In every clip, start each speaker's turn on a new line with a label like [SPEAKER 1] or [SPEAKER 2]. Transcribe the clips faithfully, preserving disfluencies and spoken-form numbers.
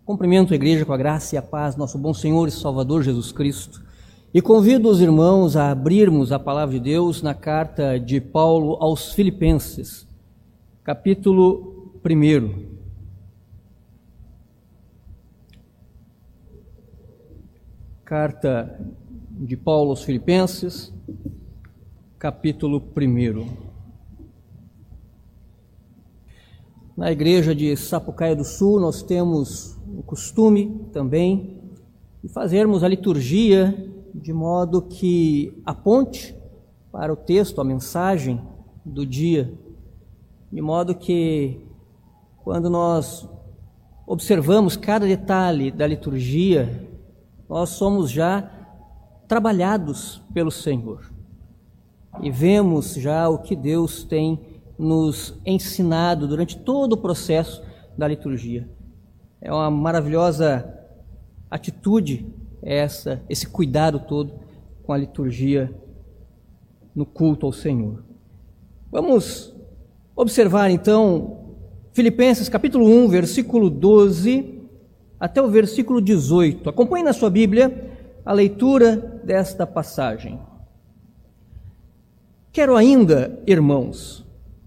[SPEAKER 1] Cumprimento a igreja com a graça e a paz, nosso bom Senhor e Salvador Jesus Cristo, e convido os irmãos a abrirmos a palavra de Deus na carta de Paulo aos Filipenses, capítulo primeiro. Carta de Paulo aos Filipenses, capítulo primeiro. Na igreja de Sapucaia do Sul, nós temos o costume também de fazermos a liturgia de modo que aponte para o texto, a mensagem do dia, de modo que quando nós observamos cada detalhe da liturgia, nós somos já trabalhados pelo Senhor e vemos já o que Deus tem nos ensinado durante todo o processo da liturgia. É uma maravilhosa atitude essa, esse cuidado todo com a liturgia no culto ao Senhor. Vamos observar então Filipenses capítulo um, versículo doze até o versículo dezoito. Acompanhe na sua Bíblia a leitura desta passagem. Quero ainda, irmãos,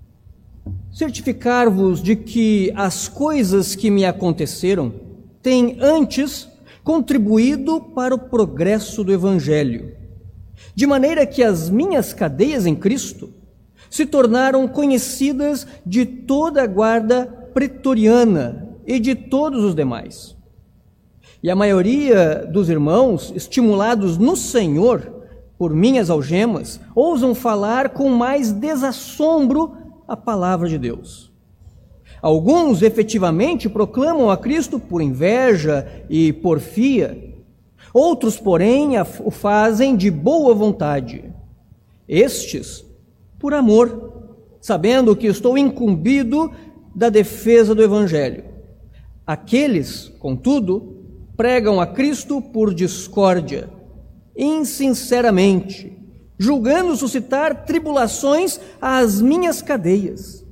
[SPEAKER 1] certificar-vos de que as coisas que me aconteceram têm antes contribuído para o progresso do Evangelho, de maneira que as minhas cadeias em Cristo se tornaram conhecidas de toda a guarda pretoriana e de todos os demais. E a maioria dos irmãos, estimulados no Senhor por minhas algemas, ousam falar com mais desassombro a palavra de Deus. Alguns efetivamente proclamam a Cristo por inveja e porfia, outros, porém, o fazem de boa vontade. Estes, por amor, sabendo que estou incumbido da defesa do Evangelho. Aqueles, contudo, pregam a Cristo por discórdia, insinceramente, julgando suscitar tribulações às minhas cadeias.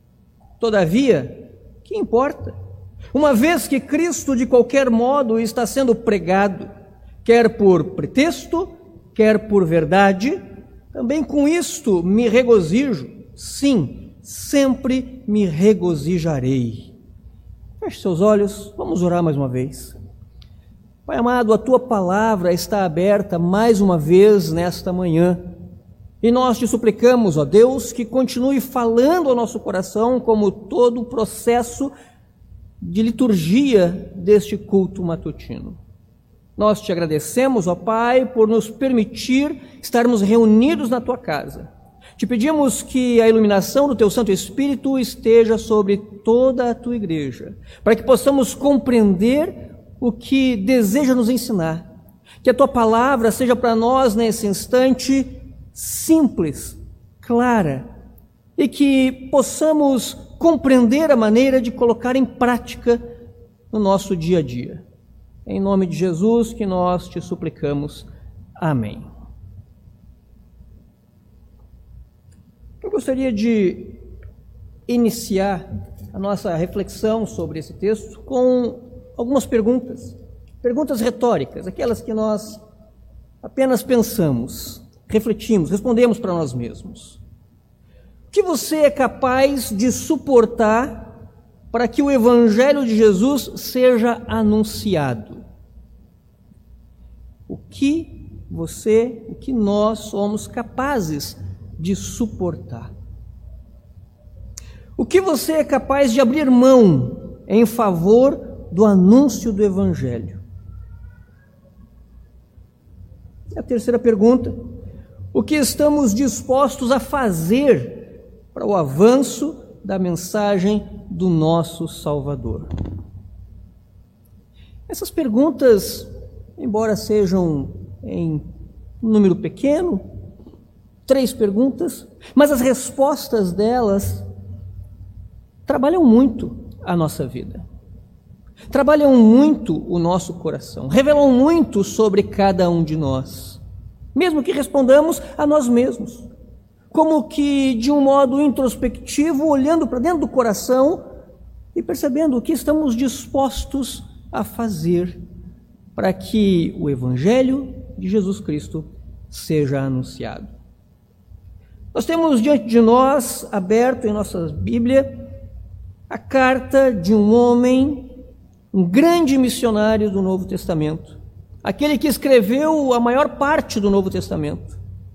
[SPEAKER 1] Todavia, que importa? Uma vez que Cristo de qualquer modo está sendo pregado, quer por pretexto, quer por verdade, também com isto me regozijo. Sim, sempre me regozijarei. Feche seus olhos, vamos orar mais uma vez. Pai amado, a Tua palavra está aberta mais uma vez nesta manhã. E nós te suplicamos, ó Deus, que continue falando ao nosso coração como todo o processo de liturgia deste culto matutino. Nós te agradecemos, ó Pai, por nos permitir estarmos reunidos na Tua casa. Te pedimos que a iluminação do Teu Santo Espírito esteja sobre toda a Tua igreja, para que possamos compreender o que deseja nos ensinar. Que a Tua palavra seja para nós, nesse instante, simples, clara, e que possamos compreender a maneira de colocar em prática no nosso dia a dia. Em nome de Jesus que nós te suplicamos. Amém. Eu gostaria de iniciar a nossa reflexão sobre esse texto com algumas perguntas, perguntas retóricas, aquelas que nós apenas pensamos, refletimos, respondemos para nós mesmos. O que você é capaz de suportar para que o Evangelho de Jesus seja anunciado? O que você, o que nós somos capazes de suportar? O que você é capaz de abrir mão em favor do anúncio do Evangelho? E a terceira pergunta: o que estamos dispostos a fazer para o avanço da mensagem do nosso Salvador? Essas perguntas, embora sejam em número pequeno, três perguntas, mas as respostas delas trabalham muito a nossa vida. Trabalham muito o nosso coração, revelam muito sobre cada um de nós, mesmo que respondamos a nós mesmos, como que de um modo introspectivo, olhando para dentro do coração e percebendo o que estamos dispostos a fazer para que o Evangelho de Jesus Cristo seja anunciado. Nós temos diante de nós, aberto em nossa Bíblia, a carta de um homem, um grande missionário do Novo Testamento, aquele que escreveu a maior parte do Novo Testamento.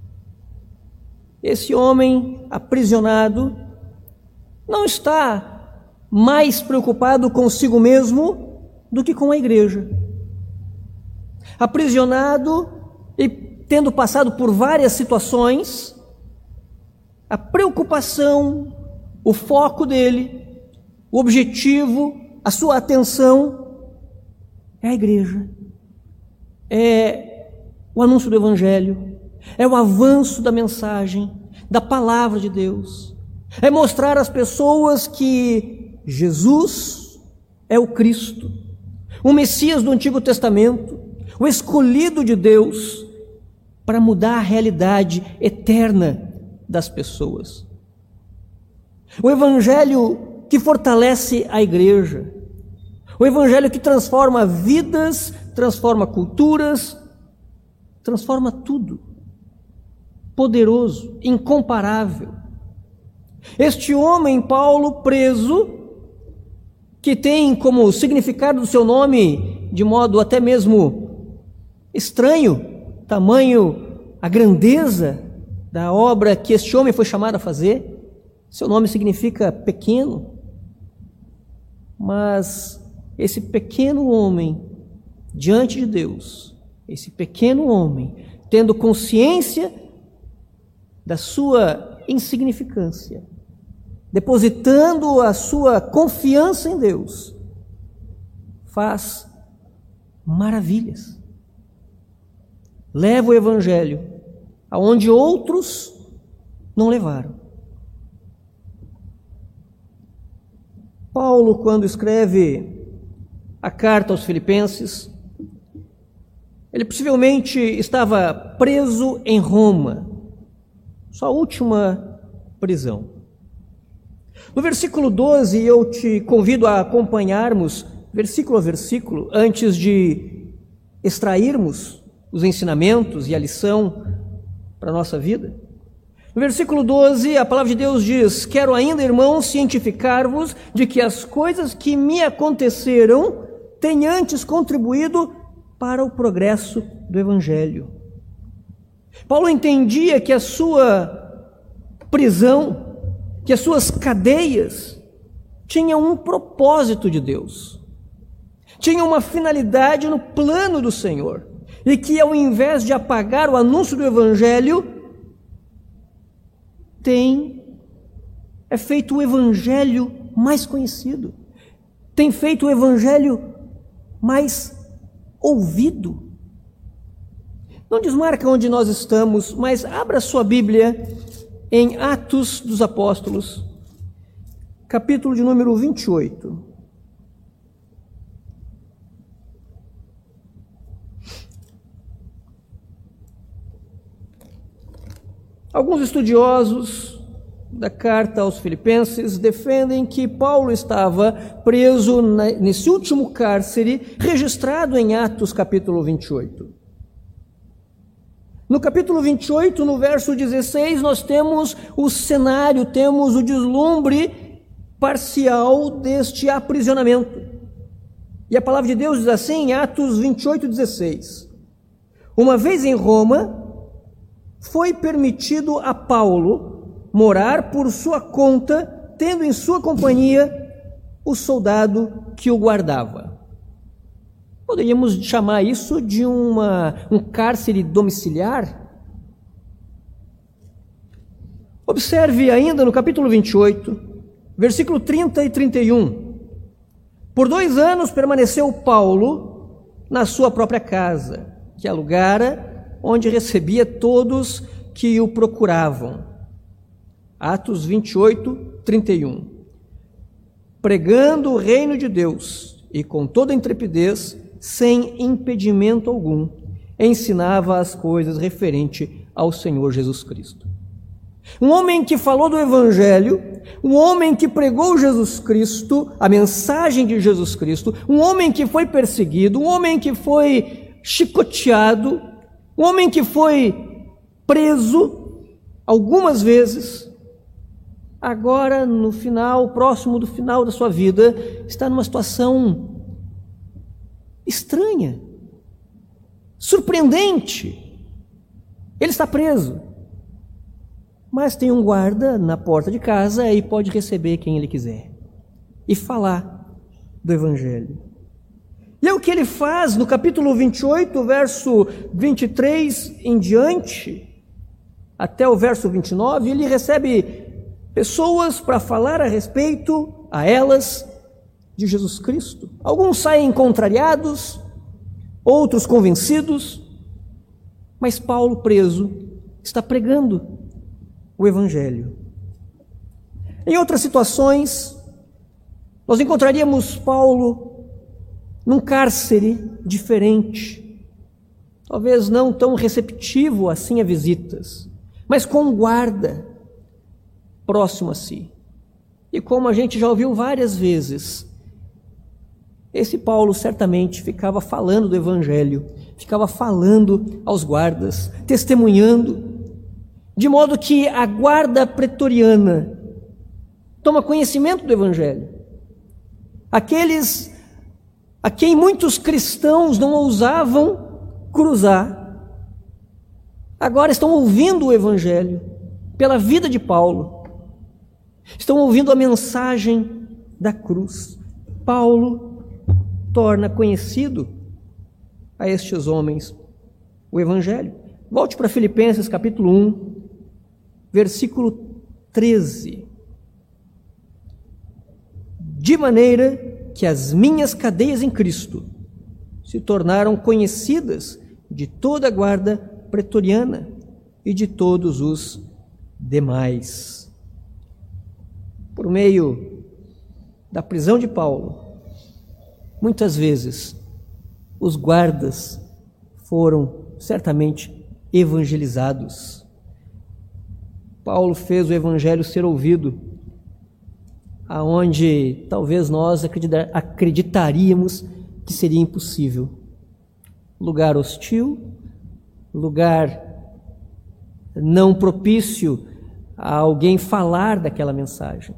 [SPEAKER 1] Esse homem aprisionado não está mais preocupado consigo mesmo do que com a igreja. Aprisionado e tendo passado por várias situações, a preocupação, o foco dele, o objetivo, a sua atenção é a igreja, é o anúncio do Evangelho, é o avanço da mensagem, da palavra de Deus, é mostrar às pessoas que Jesus é o Cristo, o Messias do Antigo Testamento, o escolhido de Deus para mudar a realidade eterna das pessoas. O Evangelho que fortalece a igreja, o Evangelho que transforma vidas, transforma culturas, transforma tudo. Poderoso, incomparável. Este homem, Paulo, preso, que tem como significado do seu nome, de modo até mesmo estranho, tamanho, a grandeza da obra que este homem foi chamado a fazer. Seu nome significa pequeno, mas esse pequeno homem, diante de Deus, esse pequeno homem, tendo consciência da sua insignificância, depositando a sua confiança em Deus, faz maravilhas. Leva o Evangelho aonde outros não levaram. Paulo, quando escreve a carta aos Filipenses, ele possivelmente estava preso em Roma, sua última prisão. No versículo doze, eu te convido a acompanharmos, versículo a versículo, antes de extrairmos os ensinamentos e a lição para a nossa vida. No versículo doze, a palavra de Deus diz: quero ainda, irmãos, cientificar-vos de que as coisas que me aconteceram têm antes contribuído para o progresso do Evangelho. Paulo entendia que a sua prisão, que as suas cadeias tinham um propósito de Deus, tinham uma finalidade no plano do Senhor, e que ao invés de apagar o anúncio do Evangelho, tem é feito o Evangelho mais conhecido, tem feito o Evangelho mais ouvido. Não desmarca onde nós estamos, mas abra sua Bíblia em Atos dos Apóstolos, capítulo de número vinte e oito. Alguns estudiosos da carta aos Filipenses defendem que Paulo estava preso nesse último cárcere registrado em Atos capítulo vinte e oito. No capítulo vinte e oito, no verso dezesseis, nós temos o cenário, temos o deslumbre parcial deste aprisionamento. E a palavra de Deus diz assim, em Atos vinte e oito, dezesseis: uma vez em Roma, foi permitido a Paulo morar por sua conta, tendo em sua companhia o soldado que o guardava. Poderíamos chamar isso de uma, um cárcere domiciliar? Observe ainda no capítulo vinte e oito, versículo trinta e trinta e um. Por dois anos permaneceu Paulo na sua própria casa, que alugara, onde recebia todos que o procuravam. Atos vinte e oito, trinta e um. Pregando o reino de Deus e com toda intrepidez, sem impedimento algum, ensinava as coisas referente ao Senhor Jesus Cristo. Um homem que falou do Evangelho, um homem que pregou Jesus Cristo, a mensagem de Jesus Cristo, um homem que foi perseguido, um homem que foi chicoteado, um homem que foi preso algumas vezes, agora no final, próximo do final da sua vida, está numa situação estranha, surpreendente. Ele está preso, mas tem um guarda na porta de casa e pode receber quem ele quiser e falar do Evangelho. E é o que ele faz no capítulo vinte e oito, verso vinte e três em diante, até o verso vinte e nove, ele recebe pessoas para falar a respeito a elas de Jesus Cristo. Alguns saem contrariados, outros convencidos, mas Paulo, preso, está pregando o Evangelho. Em outras situações, nós encontraríamos Paulo num cárcere diferente, talvez não tão receptivo assim a visitas, mas com um guarda próximo a si. E como a gente já ouviu várias vezes, esse Paulo certamente ficava falando do Evangelho, ficava falando aos guardas, testemunhando, de modo que a guarda pretoriana toma conhecimento do Evangelho. Aqueles a quem muitos cristãos não ousavam cruzar, agora estão ouvindo o Evangelho pela vida de Paulo, estão ouvindo a mensagem da cruz. Paulo torna conhecido a estes homens o Evangelho. Volte para Filipenses capítulo um, versículo treze. De maneira que as minhas cadeias em Cristo se tornaram conhecidas de toda a guarda pretoriana e de todos os demais. Por meio da prisão de Paulo, muitas vezes os guardas foram certamente evangelizados. Paulo fez o Evangelho ser ouvido aonde talvez nós acreditaríamos que seria impossível. Lugar hostil, lugar não propício a alguém falar daquela mensagem,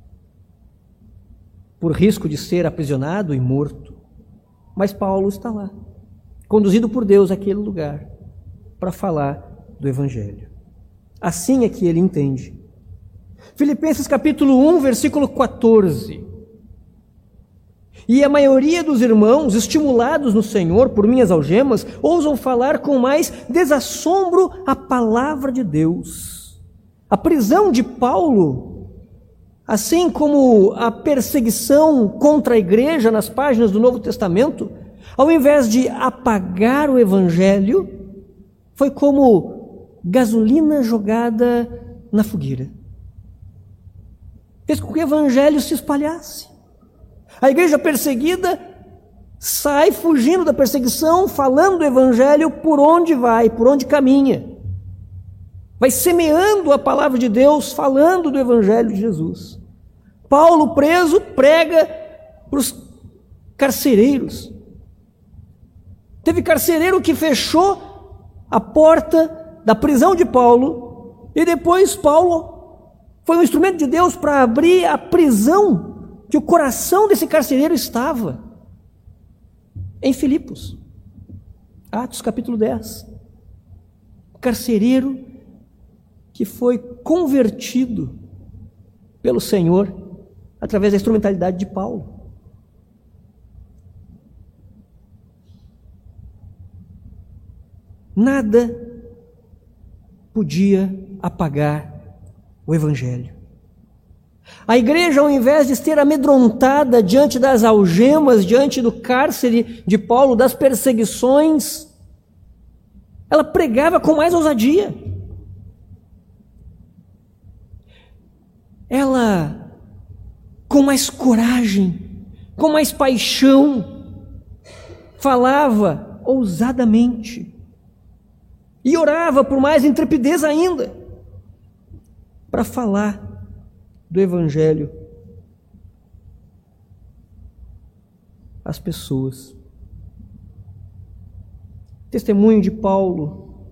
[SPEAKER 1] por risco de ser aprisionado e morto. Mas Paulo está lá, conduzido por Deus àquele lugar, para falar do Evangelho. Assim é que ele entende. Filipenses capítulo um, versículo quatorze. E a maioria dos irmãos, estimulados no Senhor por minhas algemas, ousam falar com mais desassombro a palavra de Deus. A prisão de Paulo, assim como a perseguição contra a igreja nas páginas do Novo Testamento, ao invés de apagar o Evangelho, foi como gasolina jogada na fogueira. Fez com que o Evangelho se espalhasse. A igreja perseguida sai fugindo da perseguição, falando do Evangelho por onde vai, por onde caminha. Vai semeando a palavra de Deus, falando do Evangelho de Jesus. Paulo, preso, prega para os carcereiros. Teve carcereiro que fechou a porta da prisão de Paulo, e depois Paulo foi um instrumento de Deus para abrir a prisão que o coração desse carcereiro estava, em Filipos. Atos capítulo dez. Carcereiro que foi convertido pelo Senhor através da instrumentalidade de Paulo. Nada podia apagar o Evangelho. A igreja, ao invés de ser amedrontada diante das algemas, diante do cárcere de Paulo, das perseguições, ela pregava com mais ousadia. Ela, com mais coragem, com mais paixão, falava ousadamente e orava por mais intrepidez ainda. para falar do Evangelho às pessoas. O testemunho de Paulo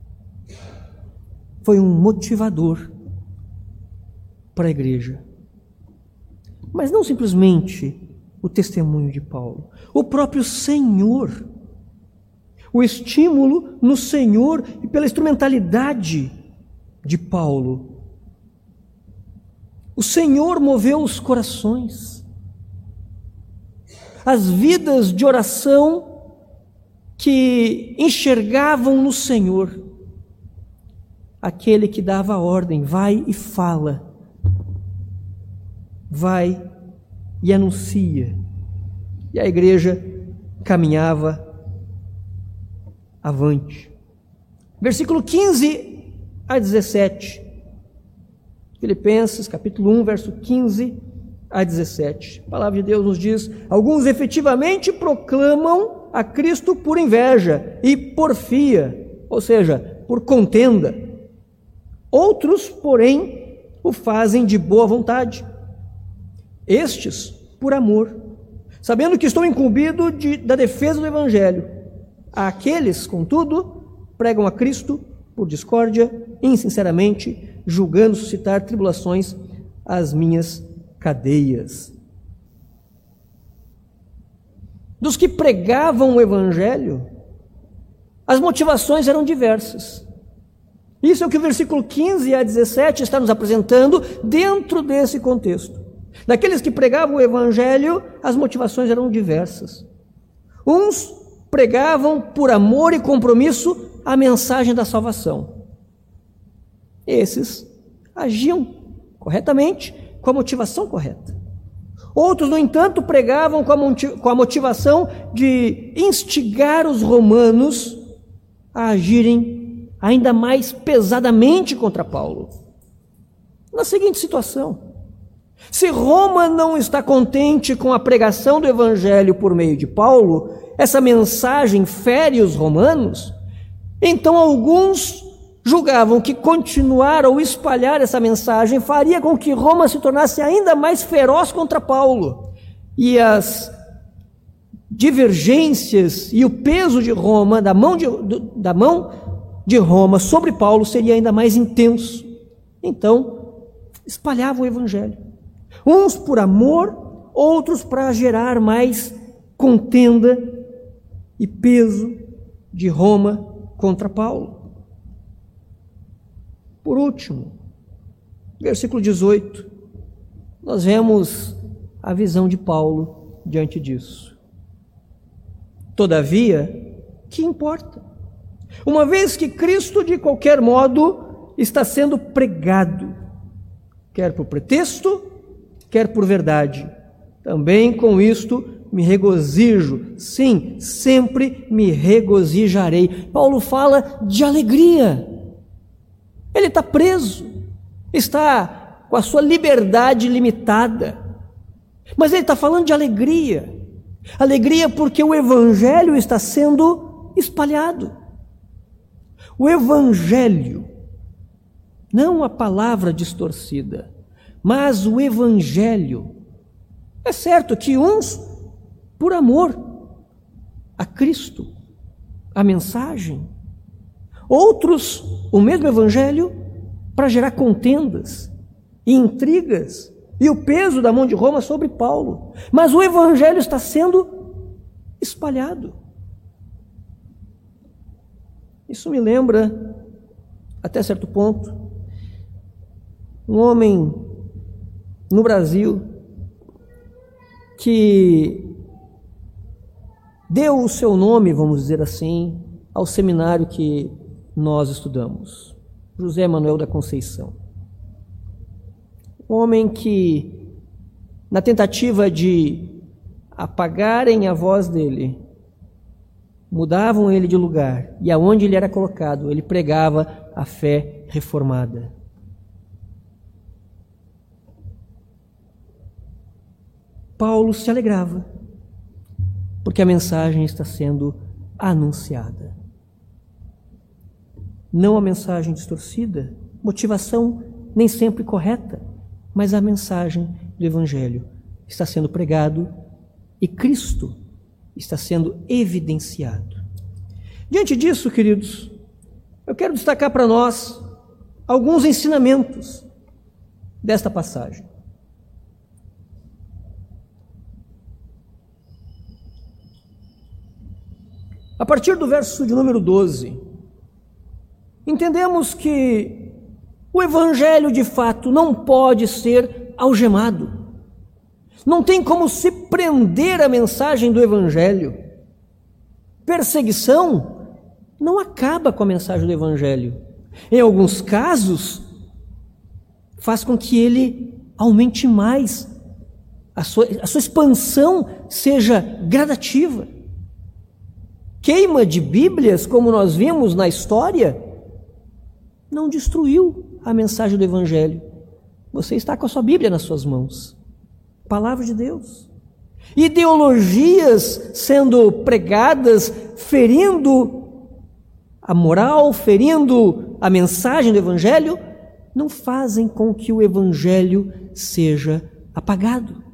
[SPEAKER 1] foi um motivador para a igreja. Mas não simplesmente o testemunho de Paulo, o próprio Senhor, o estímulo no Senhor e pela instrumentalidade de Paulo. O Senhor moveu os corações, as vidas de oração que enxergavam no Senhor aquele que dava a ordem, vai e fala, vai e anuncia. E a igreja caminhava avante. Versículo quinze a dezessete. Filipenses, capítulo um, verso quinze a dezessete. A palavra de Deus nos diz: alguns efetivamente proclamam a Cristo por inveja e porfia, ou seja, por contenda. Outros, porém, o fazem de boa vontade. Estes, por amor, sabendo que estou incumbido de, da defesa do Evangelho. Aqueles, contudo, pregam a Cristo por discórdia, insinceramente, julgando suscitar tribulações às minhas cadeias. Dos que pregavam o Evangelho, as motivações eram diversas. Isso é o que o versículo quinze a dezessete está nos apresentando dentro desse contexto. Daqueles que pregavam o Evangelho, as motivações eram diversas. Uns pregavam por amor e compromisso a mensagem da salvação. Esses agiam corretamente, com a motivação correta. Outros, no entanto, pregavam com a motivação de instigar os romanos a agirem ainda mais pesadamente contra Paulo. Na seguinte situação: se Roma não está contente com a pregação do Evangelho por meio de Paulo, essa mensagem fere os romanos, então alguns julgavam que continuar ou espalhar essa mensagem faria com que Roma se tornasse ainda mais feroz contra Paulo, e as divergências e o peso de Roma, da mão de, da mão de Roma sobre Paulo seria ainda mais intenso. Então, espalhavam o Evangelho. Uns por amor, outros para gerar mais contenda e peso de Roma contra Paulo. Por último, versículo dezoito, nós vemos a visão de Paulo diante disso. Todavia, que importa? Uma vez que Cristo, de qualquer modo, está sendo pregado, quer por pretexto, quer por verdade, também com isto me regozijo, sim, sempre me regozijarei. Paulo fala de alegria. Ele está preso, está com a sua liberdade limitada, mas ele está falando de alegria. Alegria porque o Evangelho está sendo espalhado. O Evangelho, não a palavra distorcida, mas o Evangelho. É certo que uns, por amor a Cristo, a mensagem, outros, o mesmo Evangelho, para gerar contendas e intrigas e o peso da mão de Roma sobre Paulo. Mas o Evangelho está sendo espalhado. Isso me lembra, até certo ponto, um homem no Brasil que deu o seu nome, vamos dizer assim, ao seminário que nós estudamos, José Manuel da Conceição. Um homem que, na tentativa de apagarem a voz dele, mudavam ele de lugar, e aonde ele era colocado, ele pregava a fé reformada. Paulo se alegrava, porque a mensagem está sendo anunciada. Não a mensagem distorcida, motivação nem sempre correta, mas a mensagem do Evangelho está sendo pregado e Cristo está sendo evidenciado. Diante disso, queridos, eu quero destacar para nós alguns ensinamentos desta passagem. A partir do verso de número doze, entendemos que o Evangelho de fato não pode ser algemado. Não tem como se prender à mensagem do Evangelho. Perseguição não acaba com a mensagem do Evangelho. Em alguns casos, faz com que ele aumente mais, a sua, a sua expansão seja gradativa. Queima de Bíblias, como nós vimos na história, não destruiu a mensagem do Evangelho. Você está com a sua Bíblia nas suas mãos. Palavra de Deus. Ideologias sendo pregadas, ferindo a moral, ferindo a mensagem do Evangelho, não fazem com que o Evangelho seja apagado.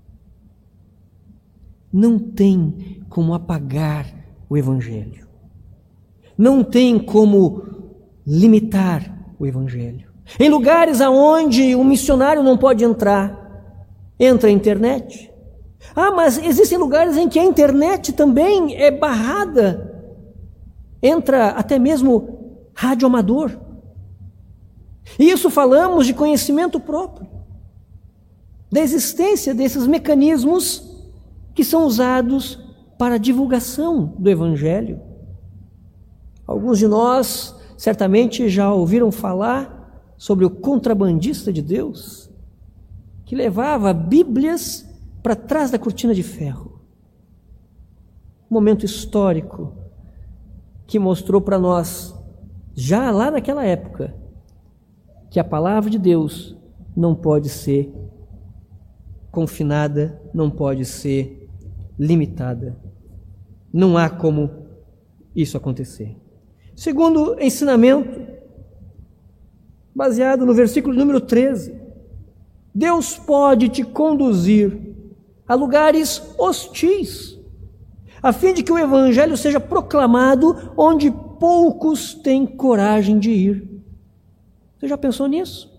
[SPEAKER 1] Não tem como apagar o Evangelho. Não tem como limitar o Evangelho. Em lugares aonde o missionário não pode entrar, entra a internet. Ah, mas existem lugares em que a internet também é barrada. Entra até mesmo rádio amador. E isso falamos de conhecimento próprio, da existência desses mecanismos que são usados para a divulgação do Evangelho. Alguns de nós certamente já ouviram falar sobre o contrabandista de Deus, que levava Bíblias para trás da cortina de ferro. Um momento histórico que mostrou para nós, já lá naquela época, que a palavra de Deus não pode ser confinada, não pode ser limitada. Não há como isso acontecer. Segundo ensinamento, baseado no versículo número treze, Deus pode te conduzir a lugares hostis, a fim de que o Evangelho seja proclamado onde poucos têm coragem de ir. Você já pensou nisso?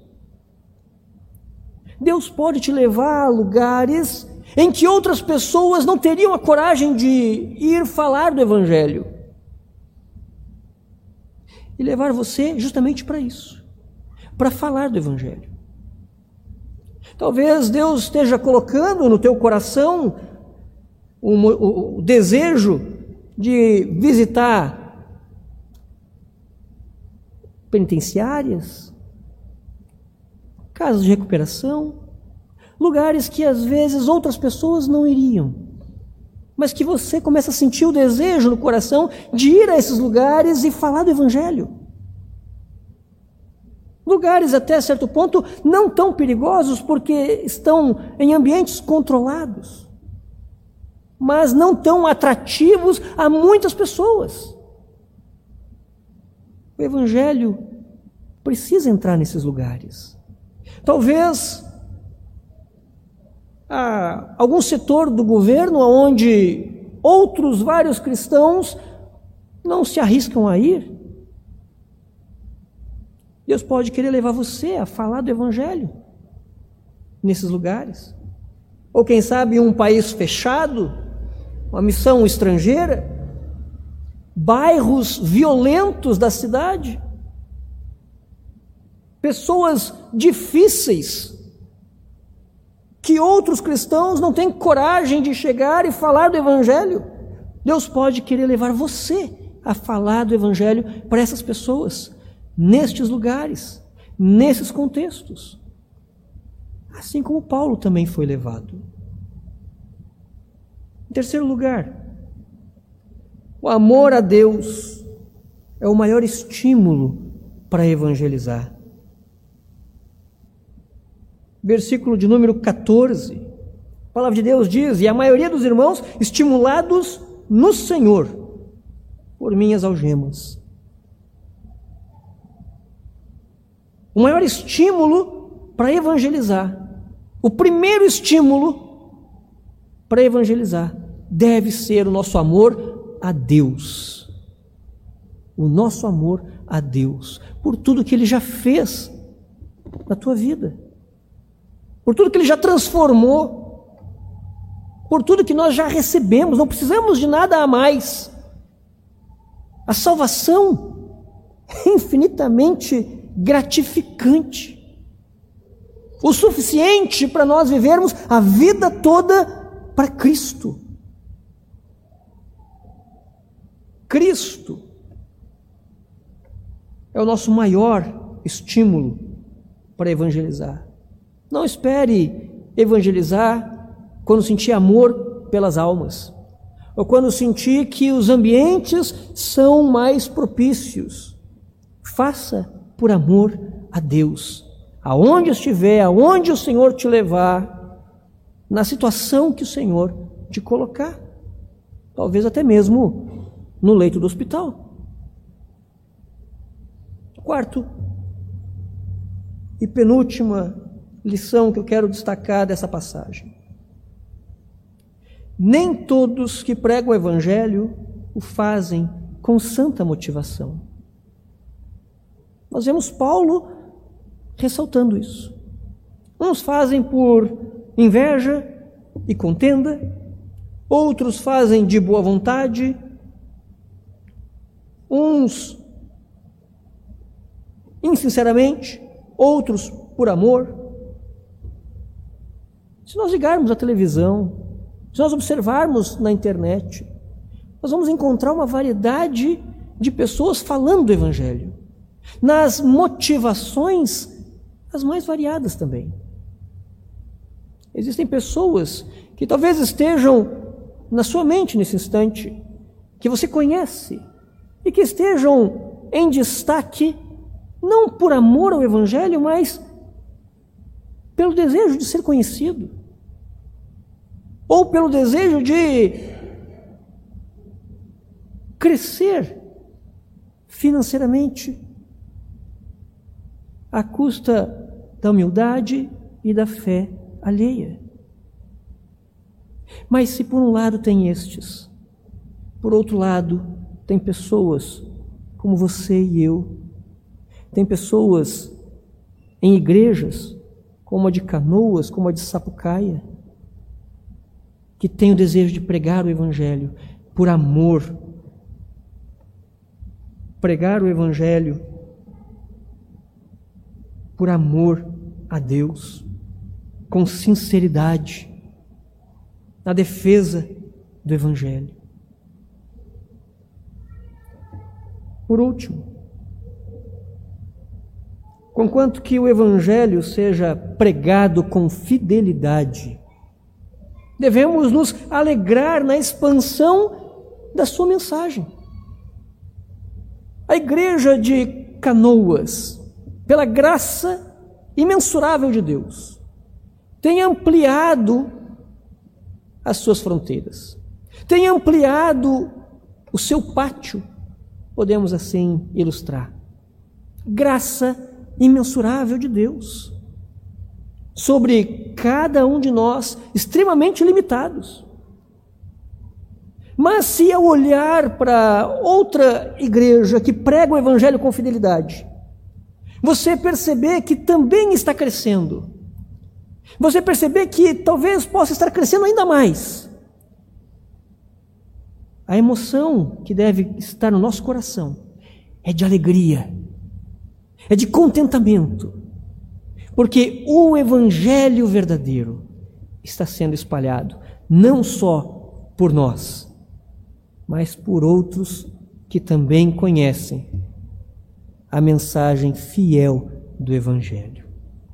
[SPEAKER 1] Deus pode te levar a lugares em que outras pessoas não teriam a coragem de ir falar do Evangelho. E levar você justamente para isso, para falar do Evangelho. Talvez Deus esteja colocando no teu coração o, o, o desejo de visitar penitenciárias, casas de recuperação, lugares que às vezes outras pessoas não iriam, mas que você começa a sentir o desejo no coração de ir a esses lugares e falar do Evangelho. Lugares até certo ponto não tão perigosos porque estão em ambientes controlados, mas não tão atrativos a muitas pessoas. O Evangelho precisa entrar nesses lugares. Talvez há algum setor do governo onde outros vários cristãos não se arriscam a ir. Deus pode querer levar você a falar do Evangelho nesses lugares. Ou quem sabe um país fechado, uma missão estrangeira, bairros violentos da cidade, pessoas difíceis, que outros cristãos não têm coragem de chegar e falar do Evangelho. Deus pode querer levar você a falar do Evangelho para essas pessoas, nestes lugares, nesses contextos. Assim como Paulo também foi levado. Em terceiro lugar, o amor a Deus é o maior estímulo para evangelizar. Versículo de número quatorze, a palavra de Deus diz: e a maioria dos irmãos, estimulados no Senhor, por minhas algemas. o maior estímulo para evangelizar, o primeiro estímulo para evangelizar deve ser o nosso amor a Deus. O nosso amor a Deus, por tudo que Ele já fez na tua vida, por tudo que Ele já transformou, por tudo que nós já recebemos, não precisamos de nada a mais. A salvação é infinitamente gratificante, o suficiente para nós vivermos a vida toda para Cristo. Cristo é o nosso maior estímulo para evangelizar. Não espere evangelizar quando sentir amor pelas almas, ou quando sentir que os ambientes são mais propícios. Faça por amor a Deus. Aonde estiver, aonde o Senhor te levar, na situação que o Senhor te colocar, talvez até mesmo no leito do hospital. Quarto e penúltima lição que eu quero destacar dessa passagem. Nem todos que pregam o Evangelho o fazem com santa motivação. Nós vemos Paulo ressaltando isso. Uns fazem por inveja e contenda, outros fazem de boa vontade, uns insinceramente, outros por amor. Se nós ligarmos a televisão, se nós observarmos na internet, nós vamos encontrar uma variedade de pessoas falando do Evangelho, nas motivações as mais variadas também. Existem pessoas que talvez estejam na sua mente nesse instante, que você conhece, e que estejam em destaque, não por amor ao Evangelho, mas pelo desejo de ser conhecido, ou pelo desejo de crescer financeiramente, à custa da humildade e da fé alheia. Mas se por um lado tem estes, por outro lado tem pessoas como você e eu, tem pessoas em igrejas como a de Canoas, como a de Sapucaia, que têm o desejo de pregar o Evangelho por amor, pregar o Evangelho por amor a Deus, com sinceridade, na defesa do Evangelho. Por último, conquanto que o Evangelho seja pregado com fidelidade, devemos nos alegrar na expansão da sua mensagem. A igreja de Canoas, pela graça imensurável de Deus, tem ampliado as suas fronteiras, tem ampliado o seu pátio, podemos assim ilustrar. Graça imensurável de Deus sobre cada um de nós, extremamente limitados. Mas se ao olhar para outra igreja que prega o Evangelho com fidelidade, você perceber que também está crescendo, você perceber que talvez possa estar crescendo ainda mais, a emoção que deve estar no nosso coração é de alegria, é de contentamento, porque o Evangelho verdadeiro está sendo espalhado, não só por nós, mas por outros que também conhecem a mensagem fiel do Evangelho.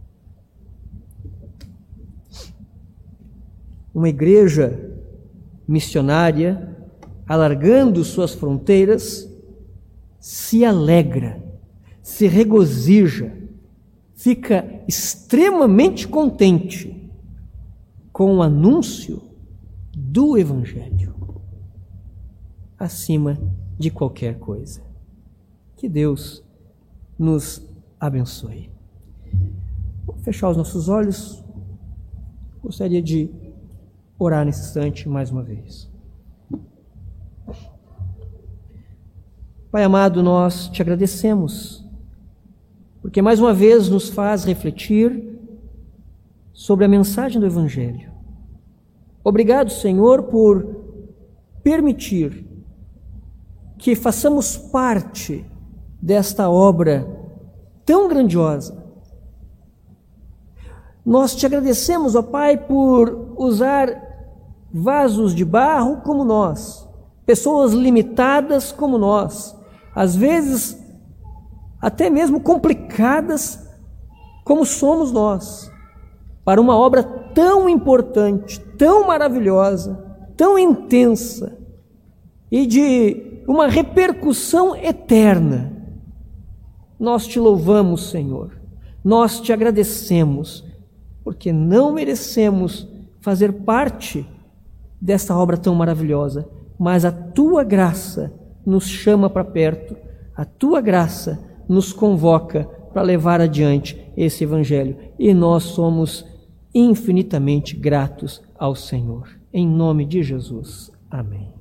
[SPEAKER 1] Uma igreja missionária, alargando suas fronteiras, se alegra, se regozija, fica extremamente contente com o anúncio do Evangelho, acima de qualquer coisa. Que Deus nos abençoe. Vamos fechar os nossos olhos. Gostaria de orar nesse instante mais uma vez. Pai amado, nós te agradecemos, porque mais uma vez nos faz refletir sobre a mensagem do Evangelho. Obrigado, Senhor, por permitir que façamos parte desta obra tão grandiosa. Nós te agradecemos, ó Pai, por usar vasos de barro como nós, pessoas limitadas como nós, às vezes até mesmo complicadas como somos nós, para uma obra tão importante, tão maravilhosa, tão intensa e de uma repercussão eterna. Nós te louvamos, Senhor, nós te agradecemos, porque não merecemos fazer parte desta obra tão maravilhosa, mas a tua graça nos chama para perto, a tua graça nos convoca para levar adiante esse Evangelho, e nós somos infinitamente gratos ao Senhor. Em nome de Jesus. Amém.